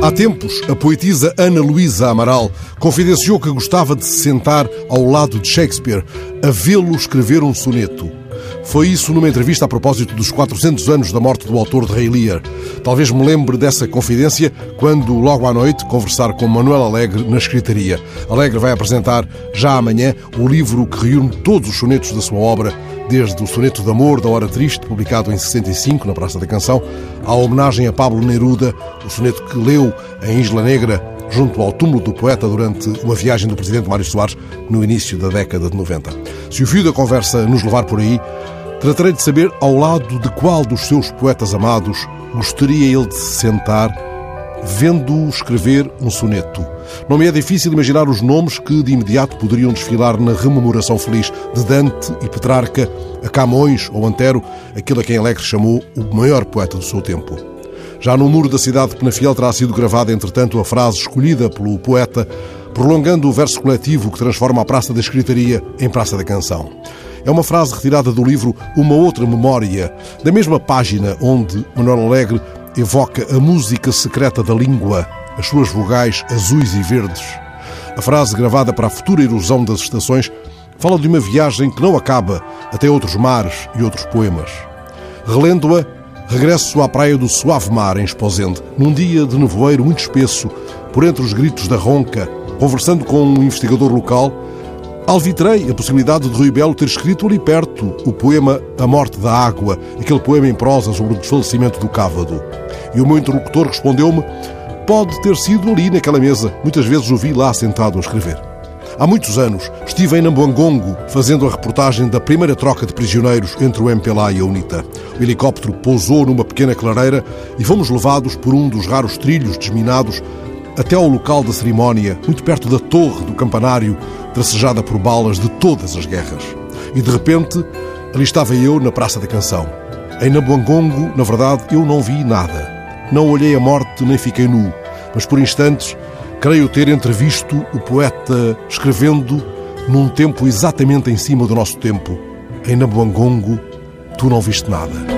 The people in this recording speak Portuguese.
Há tempos, a poetisa Ana Luísa Amaral confidenciou que gostava de se sentar ao lado de Shakespeare a vê-lo escrever um soneto. Foi isso numa entrevista a propósito dos 400 anos da morte do autor de Rei Lear. Talvez me lembre dessa confidência quando, logo à noite, conversar com Manuel Alegre na escritaria. Alegre vai apresentar, já amanhã, o livro que reúne todos os sonetos da sua obra, desde o Soneto de Amor da Hora Triste, publicado em 65, na Praça da Canção, à homenagem a Pablo Neruda, o soneto que leu em Isla Negra, junto ao túmulo do poeta durante uma viagem do presidente Mário Soares no início da década de 90. Se o fio da conversa nos levar por aí, tratarei de saber ao lado de qual dos seus poetas amados gostaria ele de se sentar vendo-o escrever um soneto. Não me é difícil imaginar os nomes que de imediato poderiam desfilar na rememoração feliz de Dante e Petrarca, a Camões ou Antero, aquele a quem Alegre chamou o maior poeta do seu tempo. Já no muro da cidade de Penafiel terá sido gravada, entretanto, a frase escolhida pelo poeta, prolongando o verso coletivo que transforma a Praça da Escritaria em Praça da Canção. É uma frase retirada do livro Uma Outra Memória, da mesma página onde Manuel Alegre evoca a música secreta da língua, as suas vogais azuis e verdes. A frase, gravada para a futura erosão das estações, fala de uma viagem que não acaba até outros mares e outros poemas. Relendo-a, regresso à praia do Suave Mar, em Esposende, num dia de nevoeiro muito espesso, por entre os gritos da ronca, conversando com um investigador local, alvitrei a possibilidade de Rui Belo ter escrito ali perto o poema A Morte da Água, aquele poema em prosa sobre o desfalecimento do Cávado. E o meu interlocutor respondeu-me: pode ter sido ali naquela mesa, muitas vezes o vi lá sentado a escrever. Há muitos anos estive em Nambuangongo fazendo a reportagem da primeira troca de prisioneiros entre o MPLA e a UNITA. O helicóptero pousou numa pequena clareira e fomos levados por um dos raros trilhos desminados até ao local da cerimónia, muito perto da torre do campanário, tracejada por balas de todas as guerras. E de repente, ali estava eu na Praça da Canção. Em Nambuangongo, na verdade, eu não vi nada. Não olhei a morte nem fiquei nu, mas por instantes creio ter entrevisto o poeta escrevendo num tempo exatamente em cima do nosso tempo. Em Nambuangongo, tu não viste nada.